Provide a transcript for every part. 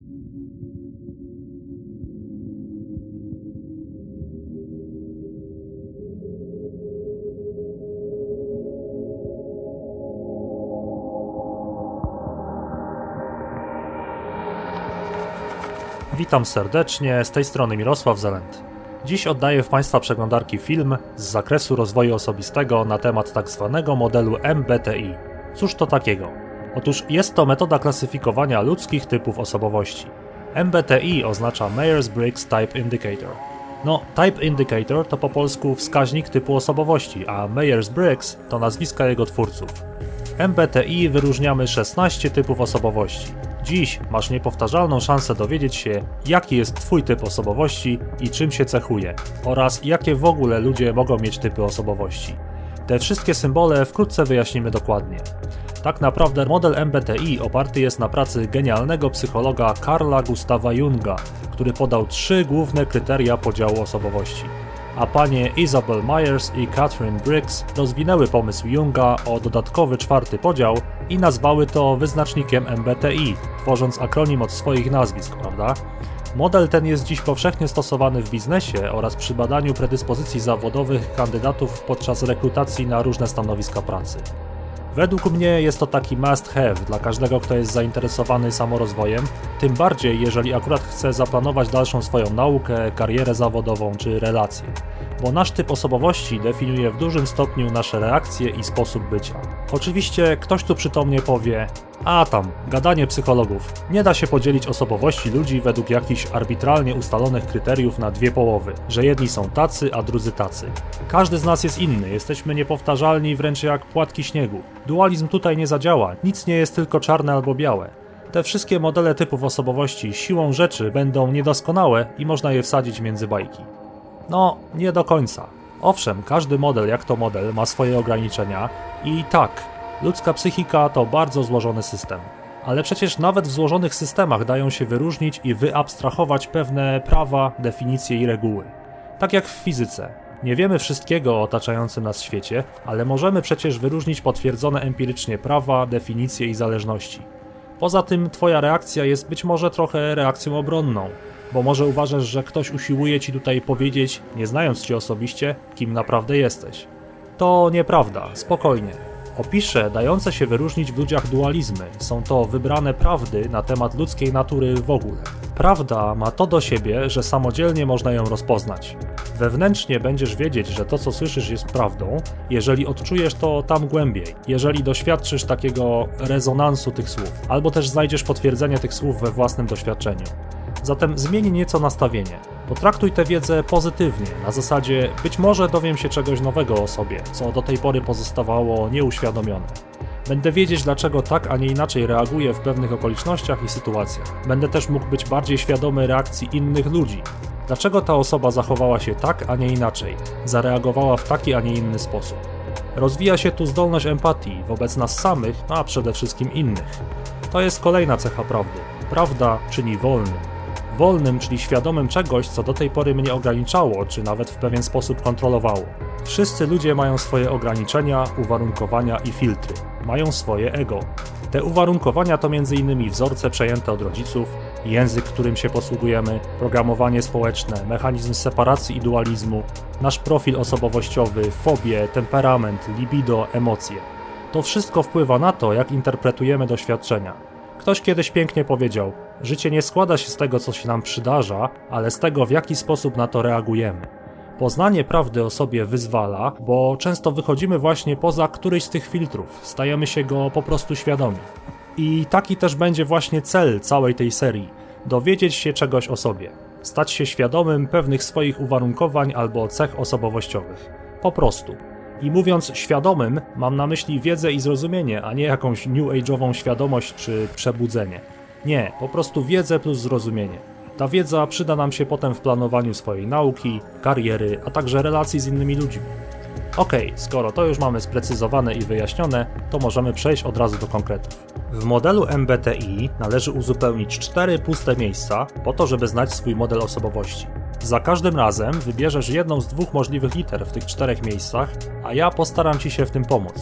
Witam serdecznie, z tej strony Mirosław Zelent. Dziś oddaję w Państwa przeglądarki film z zakresu rozwoju osobistego na temat tzw. modelu MBTI. Cóż to takiego? Otóż jest to metoda klasyfikowania ludzkich typów osobowości. MBTI oznacza Myers-Briggs Type Indicator. No, Type Indicator to po polsku wskaźnik typu osobowości, a Myers-Briggs to nazwiska jego twórców. W MBTI wyróżniamy 16 typów osobowości. Dziś masz niepowtarzalną szansę dowiedzieć się, jaki jest Twój typ osobowości i czym się cechuje, oraz jakie w ogóle ludzie mogą mieć typy osobowości. Te wszystkie symbole wkrótce wyjaśnimy dokładnie. Tak naprawdę model MBTI oparty jest na pracy genialnego psychologa Carla Gustava Junga, który podał 3 główne kryteria podziału osobowości. A panie Isabel Myers i Catherine Briggs rozwinęły pomysł Junga o dodatkowy 4. podział i nazwały to wyznacznikiem MBTI, tworząc akronim od swoich nazwisk, prawda? Model ten jest dziś powszechnie stosowany w biznesie oraz przy badaniu predyspozycji zawodowych kandydatów podczas rekrutacji na różne stanowiska pracy. Według mnie jest to taki must have dla każdego, kto jest zainteresowany samorozwojem, tym bardziej jeżeli akurat chce zaplanować dalszą swoją naukę, karierę zawodową czy relacje. Bo nasz typ osobowości definiuje w dużym stopniu nasze reakcje i sposób bycia. Oczywiście ktoś tu przytomnie powie: a tam, gadanie psychologów. Nie da się podzielić osobowości ludzi według jakichś arbitralnie ustalonych kryteriów na 2 połowy, że jedni są tacy, a drudzy tacy. Każdy z nas jest inny, jesteśmy niepowtarzalni wręcz jak płatki śniegu. Dualizm tutaj nie zadziała, nic nie jest tylko czarne albo białe. Te wszystkie modele typów osobowości siłą rzeczy będą niedoskonałe i można je wsadzić między bajki. No, nie do końca. Owszem, każdy model jak to model ma swoje ograniczenia i tak, ludzka psychika to bardzo złożony system. Ale przecież nawet w złożonych systemach dają się wyróżnić i wyabstrahować pewne prawa, definicje i reguły. Tak jak w fizyce. Nie wiemy wszystkiego o otaczającym nas świecie, ale możemy przecież wyróżnić potwierdzone empirycznie prawa, definicje i zależności. Poza tym twoja reakcja jest być może trochę reakcją obronną, bo może uważasz, że ktoś usiłuje ci tutaj powiedzieć, nie znając cię osobiście, kim naprawdę jesteś. To nieprawda, spokojnie. Opiszę dające się wyróżnić w ludziach dualizmy. Są to wybrane prawdy na temat ludzkiej natury w ogóle. Prawda ma to do siebie, że samodzielnie można ją rozpoznać. Wewnętrznie będziesz wiedzieć, że to co słyszysz jest prawdą, jeżeli odczujesz to tam głębiej, jeżeli doświadczysz takiego rezonansu tych słów, albo też znajdziesz potwierdzenie tych słów we własnym doświadczeniu. Zatem zmień nieco nastawienie. Potraktuj tę wiedzę pozytywnie, na zasadzie być może dowiem się czegoś nowego o sobie, co do tej pory pozostawało nieuświadomione. Będę wiedzieć, dlaczego tak, a nie inaczej reaguję w pewnych okolicznościach i sytuacjach. Będę też mógł być bardziej świadomy reakcji innych ludzi. Dlaczego ta osoba zachowała się tak, a nie inaczej? Zareagowała w taki, a nie inny sposób. Rozwija się tu zdolność empatii wobec nas samych, a przede wszystkim innych. To jest kolejna cecha prawdy. Prawda czyni wolnym. Wolnym, czyli świadomym czegoś, co do tej pory mnie ograniczało, czy nawet w pewien sposób kontrolowało. Wszyscy ludzie mają swoje ograniczenia, uwarunkowania i filtry. Mają swoje ego. Te uwarunkowania to m.in. wzorce przejęte od rodziców, język, którym się posługujemy, programowanie społeczne, mechanizm separacji i dualizmu, nasz profil osobowościowy, fobie, temperament, libido, emocje. To wszystko wpływa na to, jak interpretujemy doświadczenia. Ktoś kiedyś pięknie powiedział: życie nie składa się z tego, co się nam przydarza, ale z tego, w jaki sposób na to reagujemy. Poznanie prawdy o sobie wyzwala, bo często wychodzimy właśnie poza któryś z tych filtrów, stajemy się go po prostu świadomi. I taki też będzie właśnie cel całej tej serii: dowiedzieć się czegoś o sobie, stać się świadomym pewnych swoich uwarunkowań albo cech osobowościowych. Po prostu. I mówiąc świadomym, mam na myśli wiedzę i zrozumienie, a nie jakąś new age'ową świadomość czy przebudzenie. Nie, po prostu wiedzę plus zrozumienie. Ta wiedza przyda nam się potem w planowaniu swojej nauki, kariery, a także relacji z innymi ludźmi. Okej, skoro to już mamy sprecyzowane i wyjaśnione, to możemy przejść od razu do konkretów. W modelu MBTI należy uzupełnić 4 puste miejsca po to, żeby znać swój model osobowości. Za każdym razem wybierzesz jedną z 2 możliwych liter w tych 4 miejscach, a ja postaram Ci się w tym pomóc.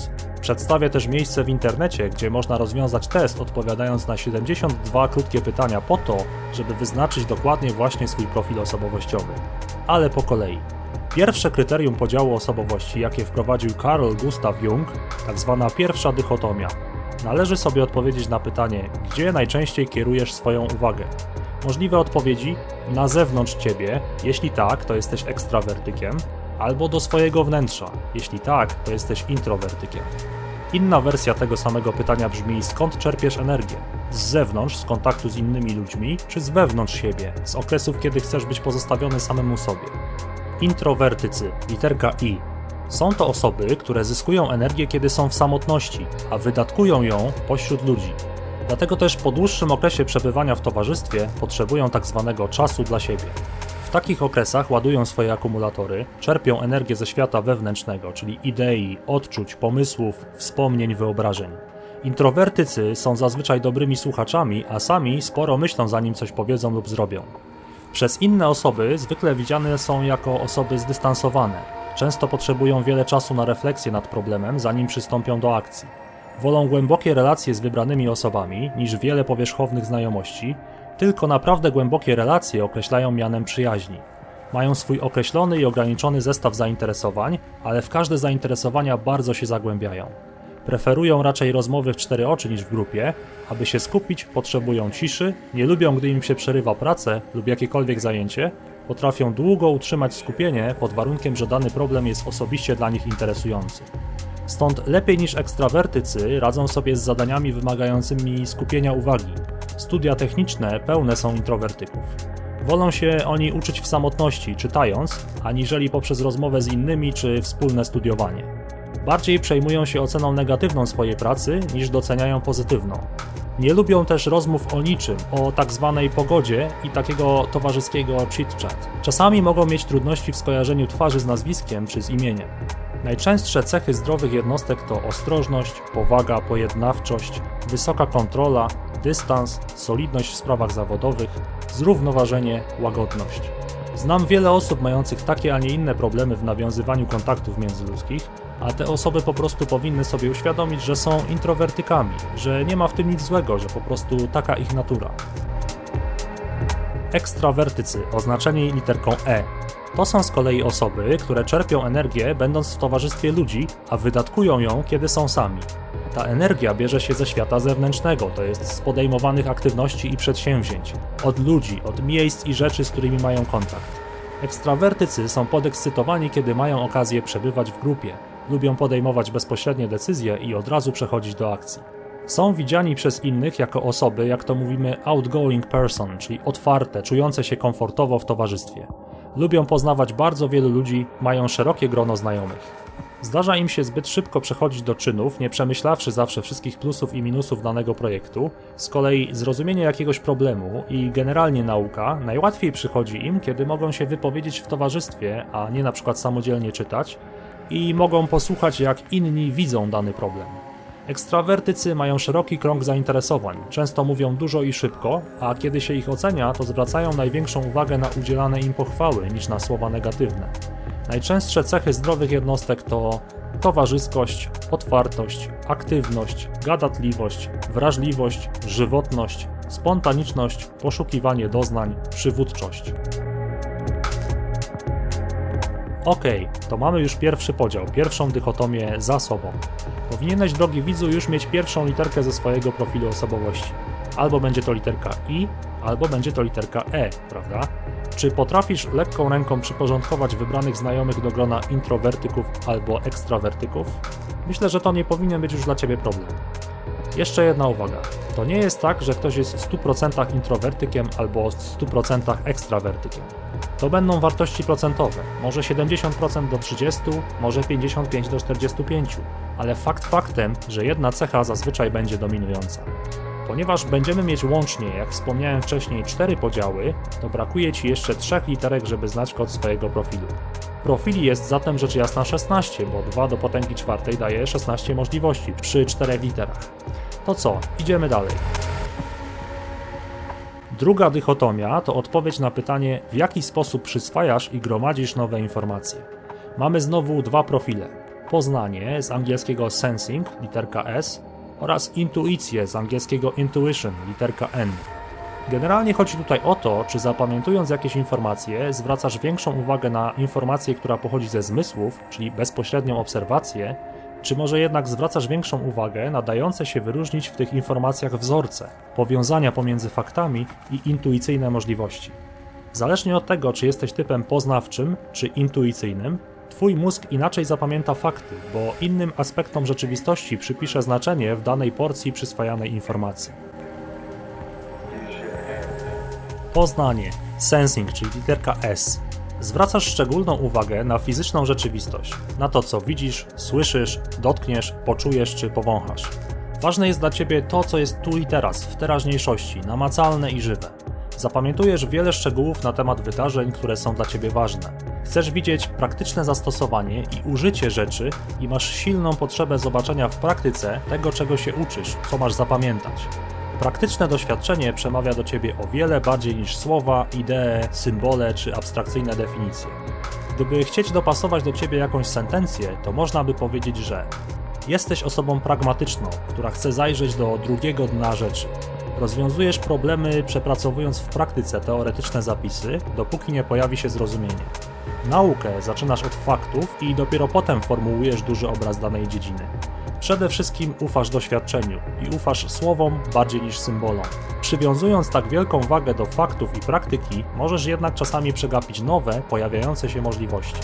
Przedstawię też miejsce w internecie, gdzie można rozwiązać test, odpowiadając na 72 krótkie pytania po to, żeby wyznaczyć dokładnie właśnie swój profil osobowościowy. Ale po kolei. Pierwsze kryterium podziału osobowości, jakie wprowadził Carl Gustav Jung, tak zwana pierwsza dychotomia. Należy sobie odpowiedzieć na pytanie, gdzie najczęściej kierujesz swoją uwagę. Możliwe odpowiedzi: na zewnątrz ciebie, jeśli tak, to jesteś ekstrawertykiem, albo do swojego wnętrza, jeśli tak, to jesteś introwertykiem. Inna wersja tego samego pytania brzmi: skąd czerpiesz energię? Z zewnątrz, z kontaktu z innymi ludźmi, czy z wewnątrz siebie, z okresów, kiedy chcesz być pozostawiony samemu sobie? Introwertycy, literka I. Są to osoby, które zyskują energię, kiedy są w samotności, a wydatkują ją pośród ludzi. Dlatego też po dłuższym okresie przebywania w towarzystwie potrzebują tak zwanego czasu dla siebie. W takich okresach ładują swoje akumulatory, czerpią energię ze świata wewnętrznego, czyli idei, odczuć, pomysłów, wspomnień, wyobrażeń. Introwertycy są zazwyczaj dobrymi słuchaczami, a sami sporo myślą, zanim coś powiedzą lub zrobią. Przez inne osoby zwykle widziane są jako osoby zdystansowane. Często potrzebują wiele czasu na refleksję nad problemem, zanim przystąpią do akcji. Wolą głębokie relacje z wybranymi osobami niż wiele powierzchownych znajomości, tylko naprawdę głębokie relacje określają mianem przyjaźni. Mają swój określony i ograniczony zestaw zainteresowań, ale w każde zainteresowania bardzo się zagłębiają. Preferują raczej rozmowy w cztery oczy niż w grupie. Aby się skupić, potrzebują ciszy, nie lubią, gdy im się przerywa pracę lub jakiekolwiek zajęcie, potrafią długo utrzymać skupienie pod warunkiem, że dany problem jest osobiście dla nich interesujący. Stąd lepiej niż ekstrawertycy radzą sobie z zadaniami wymagającymi skupienia uwagi. Studia techniczne pełne są introwertyków. Wolą się oni uczyć w samotności, czytając, aniżeli poprzez rozmowę z innymi czy wspólne studiowanie. Bardziej przejmują się oceną negatywną swojej pracy niż doceniają pozytywną. Nie lubią też rozmów o niczym, o tak zwanej pogodzie i takiego towarzyskiego chit-chat. Czasami mogą mieć trudności w skojarzeniu twarzy z nazwiskiem czy z imieniem. Najczęstsze cechy zdrowych jednostek to ostrożność, powaga, pojednawczość, wysoka kontrola, dystans, solidność w sprawach zawodowych, zrównoważenie, łagodność. Znam wiele osób mających takie, a nie inne problemy w nawiązywaniu kontaktów międzyludzkich, a te osoby po prostu powinny sobie uświadomić, że są introwertykami, że nie ma w tym nic złego, że po prostu taka ich natura. Ekstrawertycy, oznaczeni literką E. To są z kolei osoby, które czerpią energię będąc w towarzystwie ludzi, a wydatkują ją, kiedy są sami. Ta energia bierze się ze świata zewnętrznego, to jest z podejmowanych aktywności i przedsięwzięć, od ludzi, od miejsc i rzeczy, z którymi mają kontakt. Ekstrawertycy są podekscytowani, kiedy mają okazję przebywać w grupie, lubią podejmować bezpośrednie decyzje i od razu przechodzić do akcji. Są widziani przez innych jako osoby, jak to mówimy, outgoing person, czyli otwarte, czujące się komfortowo w towarzystwie. Lubią poznawać bardzo wielu ludzi, mają szerokie grono znajomych. Zdarza im się zbyt szybko przechodzić do czynów, nie przemyślawszy zawsze wszystkich plusów i minusów danego projektu. Z kolei zrozumienie jakiegoś problemu i generalnie nauka najłatwiej przychodzi im, kiedy mogą się wypowiedzieć w towarzystwie, a nie na przykład samodzielnie czytać, i mogą posłuchać, jak inni widzą dany problem. Ekstrawertycy mają szeroki krąg zainteresowań, często mówią dużo i szybko, a kiedy się ich ocenia, to zwracają największą uwagę na udzielane im pochwały niż na słowa negatywne. Najczęstsze cechy zdrowych jednostek to towarzyskość, otwartość, aktywność, gadatliwość, wrażliwość, żywotność, spontaniczność, poszukiwanie doznań, przywódczość. Okej, to mamy już pierwszy podział, pierwszą dychotomię za sobą. Powinieneś, drogi widzu, już mieć pierwszą literkę ze swojego profilu osobowości. Albo będzie to literka I, albo będzie to literka E, prawda? Czy potrafisz lekką ręką przyporządkować wybranych znajomych do grona introwertyków albo ekstrawertyków? Myślę, że to nie powinien być już dla Ciebie problem. Jeszcze jedna uwaga. To nie jest tak, że ktoś jest w 100% introwertykiem albo w 100% ekstrawertykiem. To będą wartości procentowe, może 70% do 30, może 55 do 45, ale fakt faktem, że jedna cecha zazwyczaj będzie dominująca. Ponieważ będziemy mieć łącznie, jak wspomniałem wcześniej, 4 podziały, to brakuje Ci jeszcze 3 literek, żeby znać kod swojego profilu. Profili jest zatem rzecz jasna 16, bo 2 do potęgi czwartej daje 16 możliwości przy 4 literach. To co? Idziemy dalej. Druga dychotomia to odpowiedź na pytanie, w jaki sposób przyswajasz i gromadzisz nowe informacje. Mamy znowu 2 profile. poznanie z angielskiego sensing, literka S, oraz intuicję z angielskiego intuition, literka N. Generalnie chodzi tutaj o to, czy zapamiętując jakieś informacje, zwracasz większą uwagę na informację, która pochodzi ze zmysłów, czyli bezpośrednią obserwację, czy może jednak zwracasz większą uwagę na dające się wyróżnić w tych informacjach wzorce, powiązania pomiędzy faktami i intuicyjne możliwości. Zależnie od tego, czy jesteś typem poznawczym czy intuicyjnym, twój mózg inaczej zapamięta fakty, bo innym aspektom rzeczywistości przypisze znaczenie w danej porcji przyswajanej informacji. Poznanie, sensing, czyli literka S. Zwracasz szczególną uwagę na fizyczną rzeczywistość, na to co widzisz, słyszysz, dotkniesz, poczujesz czy powąchasz. Ważne jest dla ciebie to, co jest tu i teraz, w teraźniejszości, namacalne i żywe. Zapamiętujesz wiele szczegółów na temat wydarzeń, które są dla ciebie ważne. Chcesz widzieć praktyczne zastosowanie i użycie rzeczy i masz silną potrzebę zobaczenia w praktyce tego, czego się uczysz, co masz zapamiętać. Praktyczne doświadczenie przemawia do ciebie o wiele bardziej niż słowa, idee, symbole czy abstrakcyjne definicje. Gdyby chcieć dopasować do ciebie jakąś sentencję, to można by powiedzieć, że jesteś osobą pragmatyczną, która chce zajrzeć do drugiego dna rzeczy. Rozwiązujesz problemy, przepracowując w praktyce teoretyczne zapisy, dopóki nie pojawi się zrozumienie. Naukę zaczynasz od faktów i dopiero potem formułujesz duży obraz danej dziedziny. Przede wszystkim ufasz doświadczeniu i ufasz słowom bardziej niż symbolom. Przywiązując tak wielką wagę do faktów i praktyki, możesz jednak czasami przegapić nowe, pojawiające się możliwości.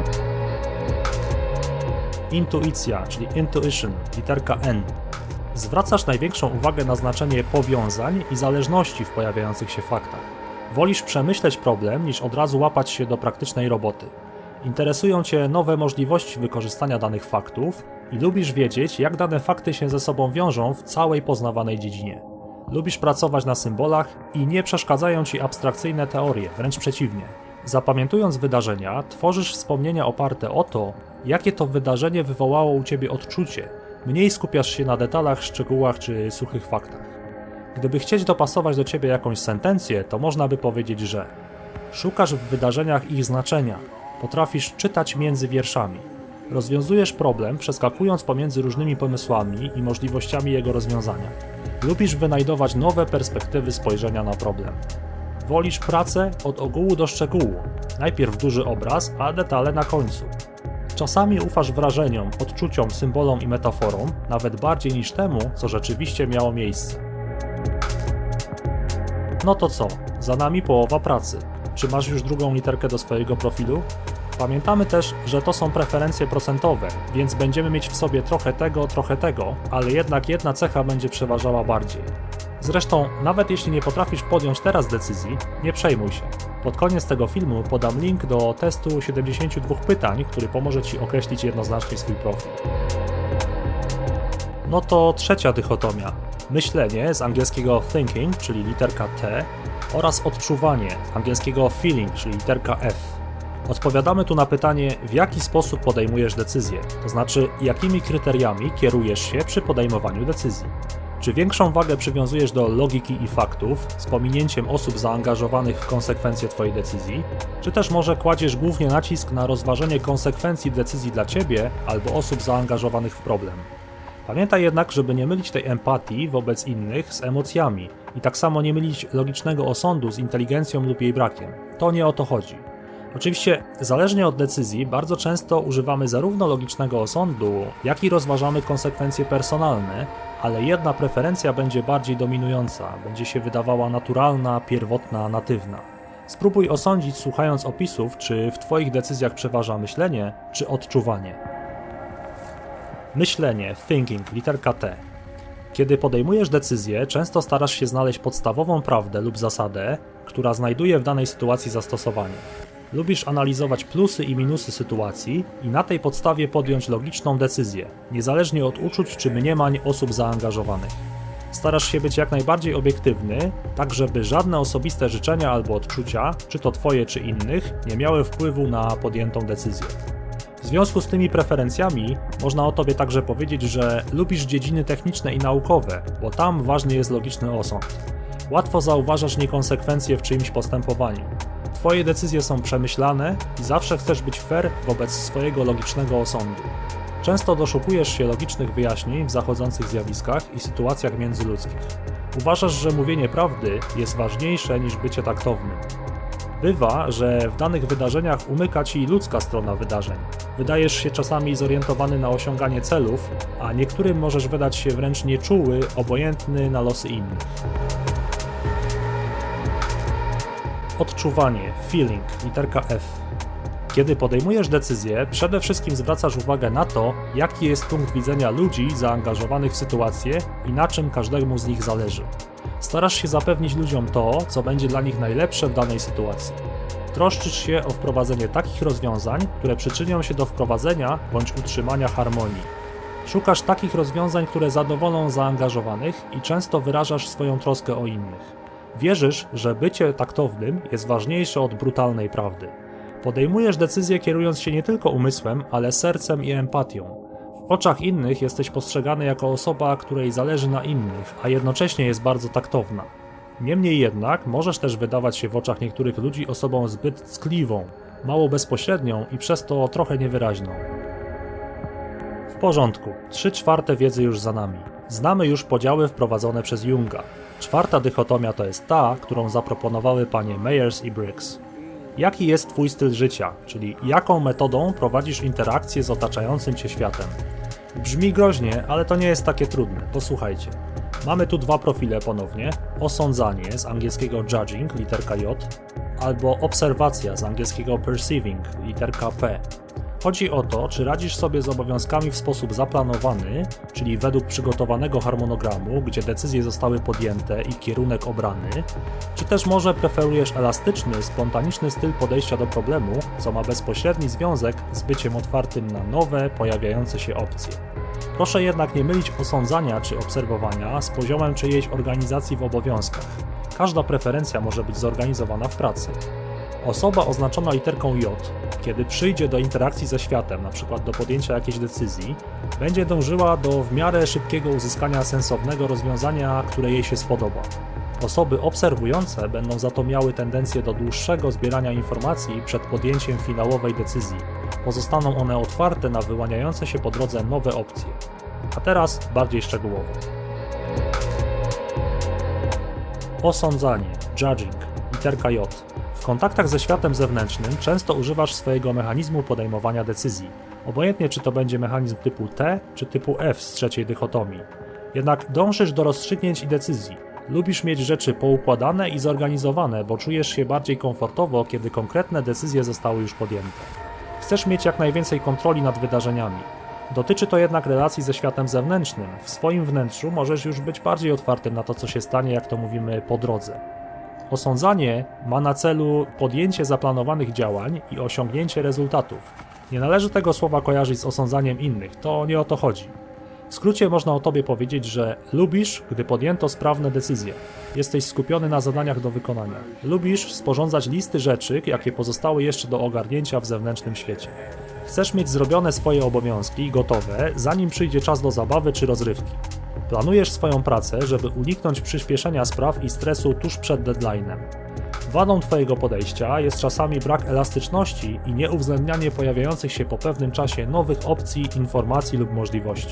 Intuicja, czyli intuition, literka N. Zwracasz największą uwagę na znaczenie powiązań i zależności w pojawiających się faktach. Wolisz przemyśleć problem, niż od razu łapać się do praktycznej roboty. Interesują cię nowe możliwości wykorzystania danych faktów i lubisz wiedzieć, jak dane fakty się ze sobą wiążą w całej poznawanej dziedzinie. Lubisz pracować na symbolach i nie przeszkadzają ci abstrakcyjne teorie, wręcz przeciwnie. Zapamiętując wydarzenia, tworzysz wspomnienia oparte o to, jakie to wydarzenie wywołało u ciebie odczucie. Mniej skupiasz się na detalach, szczegółach czy suchych faktach. Gdyby chcieć dopasować do ciebie jakąś sentencję, to można by powiedzieć, że szukasz w wydarzeniach ich znaczenia, potrafisz czytać między wierszami, rozwiązujesz problem, przeskakując pomiędzy różnymi pomysłami i możliwościami jego rozwiązania. Lubisz wynajdować nowe perspektywy spojrzenia na problem. Wolisz pracę od ogółu do szczegółu, najpierw duży obraz, a detale na końcu. Czasami ufasz wrażeniom, odczuciom, symbolom i metaforom, nawet bardziej niż temu, co rzeczywiście miało miejsce. No to co? Za nami połowa pracy. Czy masz już drugą literkę do swojego profilu? Pamiętamy też, że to są preferencje procentowe, więc będziemy mieć w sobie trochę tego, ale jednak jedna cecha będzie przeważała bardziej. Zresztą, nawet jeśli nie potrafisz podjąć teraz decyzji, nie przejmuj się. Pod koniec tego filmu podam link do testu 72 pytań, który pomoże ci określić jednoznacznie swój profil. No to trzecia dychotomia. Myślenie z angielskiego thinking, czyli literka T, oraz odczuwanie z angielskiego feeling, czyli literka F. Odpowiadamy tu na pytanie, w jaki sposób podejmujesz decyzję, to znaczy jakimi kryteriami kierujesz się przy podejmowaniu decyzji. Czy większą wagę przywiązujesz do logiki i faktów, z pominięciem osób zaangażowanych w konsekwencje twojej decyzji, czy też może kładziesz głównie nacisk na rozważenie konsekwencji decyzji dla ciebie albo osób zaangażowanych w problem. Pamiętaj jednak, żeby nie mylić tej empatii wobec innych z emocjami i tak samo nie mylić logicznego osądu z inteligencją lub jej brakiem. To nie o to chodzi. Oczywiście, zależnie od decyzji, bardzo często używamy zarówno logicznego osądu, jak i rozważamy konsekwencje personalne, ale jedna preferencja będzie bardziej dominująca, będzie się wydawała naturalna, pierwotna, natywna. Spróbuj osądzić, słuchając opisów, czy w twoich decyzjach przeważa myślenie, czy odczuwanie. Myślenie, thinking, literka T. Kiedy podejmujesz decyzję, często starasz się znaleźć podstawową prawdę lub zasadę, która znajduje w danej sytuacji zastosowanie. Lubisz analizować plusy i minusy sytuacji i na tej podstawie podjąć logiczną decyzję, niezależnie od uczuć czy mniemań osób zaangażowanych. Starasz się być jak najbardziej obiektywny, tak żeby żadne osobiste życzenia albo odczucia, czy to twoje czy innych, nie miały wpływu na podjętą decyzję. W związku z tymi preferencjami można o tobie także powiedzieć, że lubisz dziedziny techniczne i naukowe, bo tam ważny jest logiczny osąd. Łatwo zauważasz niekonsekwencje w czyimś postępowaniu. Twoje decyzje są przemyślane i zawsze chcesz być fair wobec swojego logicznego osądu. Często doszukujesz się logicznych wyjaśnień w zachodzących zjawiskach i sytuacjach międzyludzkich. Uważasz, że mówienie prawdy jest ważniejsze niż bycie taktownym. Bywa, że w danych wydarzeniach umyka ci ludzka strona wydarzeń. Wydajesz się czasami zorientowany na osiąganie celów, a niektórym możesz wydać się wręcz nieczuły, obojętny na losy innych. Odczuwanie, feeling, literka F. Kiedy podejmujesz decyzję, przede wszystkim zwracasz uwagę na to, jaki jest punkt widzenia ludzi zaangażowanych w sytuację i na czym każdemu z nich zależy. Starasz się zapewnić ludziom to, co będzie dla nich najlepsze w danej sytuacji. Troszczysz się o wprowadzenie takich rozwiązań, które przyczynią się do wprowadzenia bądź utrzymania harmonii. Szukasz takich rozwiązań, które zadowolą zaangażowanych i często wyrażasz swoją troskę o innych. Wierzysz, że bycie taktownym jest ważniejsze od brutalnej prawdy. Podejmujesz decyzje kierując się nie tylko umysłem, ale sercem i empatią. W oczach innych jesteś postrzegany jako osoba, której zależy na innych, a jednocześnie jest bardzo taktowna. Niemniej jednak możesz też wydawać się w oczach niektórych ludzi osobą zbyt ckliwą, mało bezpośrednią i przez to trochę niewyraźną. W porządku, 3/4 wiedzy już za nami. Znamy już podziały wprowadzone przez Junga. 4. dychotomia to jest ta, którą zaproponowały panie Myers i Briggs. Jaki jest twój styl życia, czyli jaką metodą prowadzisz interakcję z otaczającym cię światem? Brzmi groźnie, ale to nie jest takie trudne, posłuchajcie. Mamy tu 2 profile ponownie, osądzanie z angielskiego judging, literka J, albo obserwacja z angielskiego perceiving, literka P. Chodzi o to, czy radzisz sobie z obowiązkami w sposób zaplanowany, czyli według przygotowanego harmonogramu, gdzie decyzje zostały podjęte i kierunek obrany, czy też może preferujesz elastyczny, spontaniczny styl podejścia do problemu, co ma bezpośredni związek z byciem otwartym na nowe, pojawiające się opcje. Proszę jednak nie mylić osądzania czy obserwowania z poziomem czyjejś organizacji w obowiązkach. Każda preferencja może być zorganizowana w pracy. Osoba oznaczona literką J, kiedy przyjdzie do interakcji ze światem, np. do podjęcia jakiejś decyzji, będzie dążyła do w miarę szybkiego uzyskania sensownego rozwiązania, które jej się spodoba. Osoby obserwujące będą za to miały tendencję do dłuższego zbierania informacji przed podjęciem finałowej decyzji. Pozostaną one otwarte na wyłaniające się po drodze nowe opcje. A teraz bardziej szczegółowo. Osądzanie, judging, literka J. W kontaktach ze światem zewnętrznym często używasz swojego mechanizmu podejmowania decyzji, obojętnie czy to będzie mechanizm typu T czy typu F z 3. dychotomii. Jednak dążysz do rozstrzygnięć i decyzji. Lubisz mieć rzeczy poukładane i zorganizowane, bo czujesz się bardziej komfortowo, kiedy konkretne decyzje zostały już podjęte. Chcesz mieć jak najwięcej kontroli nad wydarzeniami. Dotyczy to jednak relacji ze światem zewnętrznym. W swoim wnętrzu możesz już być bardziej otwartym na to, co się stanie, jak to mówimy, po drodze. Osądzanie ma na celu podjęcie zaplanowanych działań i osiągnięcie rezultatów. Nie należy tego słowa kojarzyć z osądzaniem innych, to nie o to chodzi. W skrócie można o tobie powiedzieć, że lubisz, gdy podjęto sprawne decyzje. Jesteś skupiony na zadaniach do wykonania. Lubisz sporządzać listy rzeczy, jakie pozostały jeszcze do ogarnięcia w zewnętrznym świecie. Chcesz mieć zrobione swoje obowiązki gotowe, zanim przyjdzie czas do zabawy czy rozrywki. Planujesz swoją pracę, żeby uniknąć przyspieszenia spraw i stresu tuż przed deadline'em. Wadą twojego podejścia jest czasami brak elastyczności i nieuwzględnianie pojawiających się po pewnym czasie nowych opcji, informacji lub możliwości.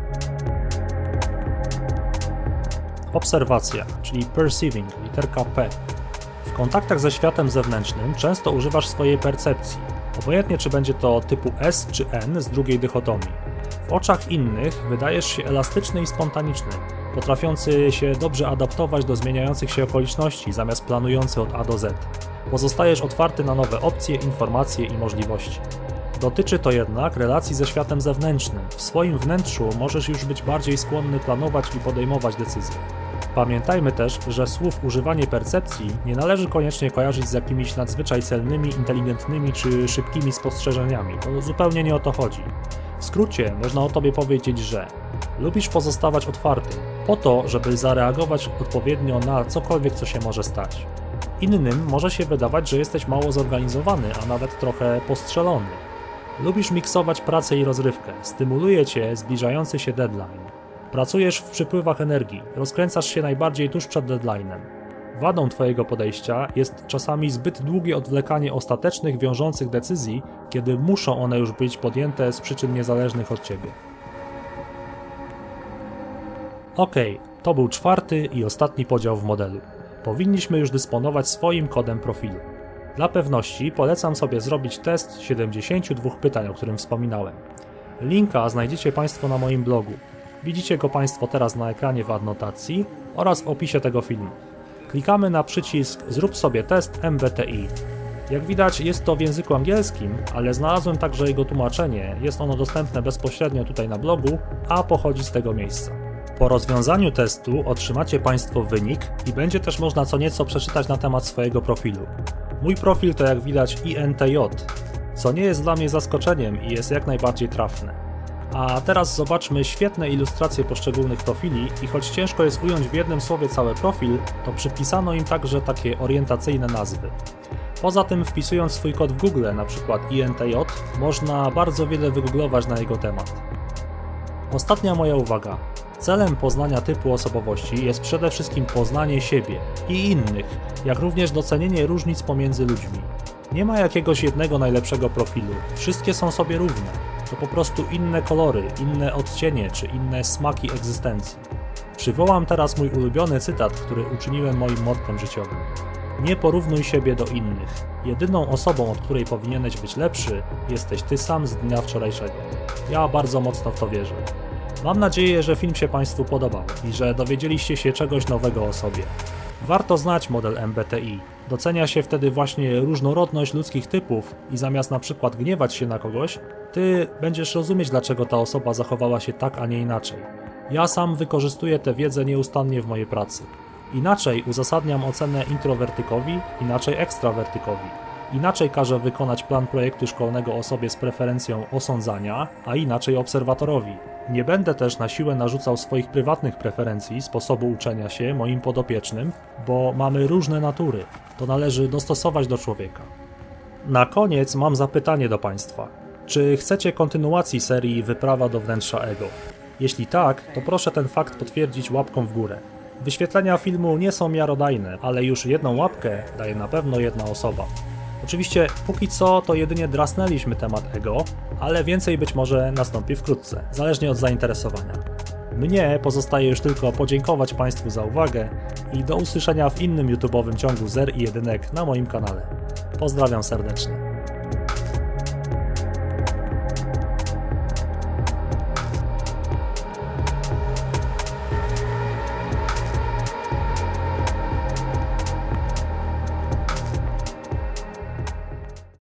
Obserwacja, czyli perceiving, literka P. W kontaktach ze światem zewnętrznym często używasz swojej percepcji, obojętnie czy będzie to typu S czy N z 2. dychotomii. W oczach innych wydajesz się elastyczny i spontaniczny, potrafiący się dobrze adaptować do zmieniających się okoliczności zamiast planujący od A do Z. Pozostajesz otwarty na nowe opcje, informacje i możliwości. Dotyczy to jednak relacji ze światem zewnętrznym. W swoim wnętrzu możesz już być bardziej skłonny planować i podejmować decyzje. Pamiętajmy też, że słów używanie percepcji nie należy koniecznie kojarzyć z jakimiś nadzwyczaj celnymi, inteligentnymi czy szybkimi spostrzeżeniami. To zupełnie nie o to chodzi. W skrócie można o tobie powiedzieć, że lubisz pozostawać otwartym, po to, żeby zareagować odpowiednio na cokolwiek, co się może stać. Innym może się wydawać, że jesteś mało zorganizowany, a nawet trochę postrzelony. Lubisz miksować pracę i rozrywkę, stymuluje cię zbliżający się deadline. Pracujesz w przypływach energii, rozkręcasz się najbardziej tuż przed deadline'em. Wadą Twojego podejścia jest czasami zbyt długie odwlekanie ostatecznych, wiążących decyzji, kiedy muszą one już być podjęte z przyczyn niezależnych od Ciebie. Okej, to był czwarty i ostatni podział w modelu. Powinniśmy już dysponować swoim kodem profilu. Dla pewności polecam sobie zrobić test 72 pytań, o którym wspominałem. Linka znajdziecie Państwo na moim blogu. Widzicie go Państwo teraz na ekranie w adnotacji oraz w opisie tego filmu. Klikamy na przycisk Zrób sobie test MBTI. Jak widać jest to w języku angielskim, ale znalazłem także jego tłumaczenie, jest ono dostępne bezpośrednio tutaj na blogu, a pochodzi z tego miejsca. Po rozwiązaniu testu otrzymacie Państwo wynik i będzie też można co nieco przeczytać na temat swojego profilu. Mój profil to jak widać INTJ, co nie jest dla mnie zaskoczeniem i jest jak najbardziej trafne. A teraz zobaczmy świetne ilustracje poszczególnych profili i choć ciężko jest ująć w jednym słowie cały profil, to przypisano im także takie orientacyjne nazwy. Poza tym wpisując swój kod w Google, np. INTJ, można bardzo wiele wygooglować na jego temat. Ostatnia moja uwaga. Celem poznania typu osobowości jest przede wszystkim poznanie siebie i innych, jak również docenienie różnic pomiędzy ludźmi. Nie ma jakiegoś jednego najlepszego profilu, wszystkie są sobie równe. To po prostu inne kolory, inne odcienie czy inne smaki egzystencji. Przywołam teraz mój ulubiony cytat, który uczyniłem moim mottem życiowym. Nie porównuj siebie do innych. Jedyną osobą, od której powinieneś być lepszy, jesteś ty sam z dnia wczorajszego. Ja bardzo mocno w to wierzę. Mam nadzieję, że film się Państwu podobał i że dowiedzieliście się czegoś nowego o sobie. Warto znać model MBTI. Docenia się wtedy właśnie różnorodność ludzkich typów i zamiast na przykład gniewać się na kogoś, ty będziesz rozumieć, dlaczego ta osoba zachowała się tak, a nie inaczej. Ja sam wykorzystuję tę wiedzę nieustannie w mojej pracy. Inaczej uzasadniam ocenę introwertykowi, inaczej ekstrawertykowi. Inaczej każę wykonać plan projektu szkolnego osobie z preferencją osądzania, a inaczej obserwatorowi. Nie będę też na siłę narzucał swoich prywatnych preferencji, sposobu uczenia się moim podopiecznym, bo mamy różne natury. To należy dostosować do człowieka. Na koniec mam zapytanie do Państwa. Czy chcecie kontynuacji serii Wyprawa do wnętrza ego? Jeśli tak, to proszę ten fakt potwierdzić łapką w górę. Wyświetlenia filmu nie są miarodajne, ale już jedną łapkę daje na pewno jedna osoba. Oczywiście póki co to jedynie drasnęliśmy temat ego, ale więcej być może nastąpi wkrótce, zależnie od zainteresowania. Mnie pozostaje już tylko podziękować Państwu za uwagę i do usłyszenia w innym YouTube'owym ciągu zer i jedynek na moim kanale. Pozdrawiam serdecznie.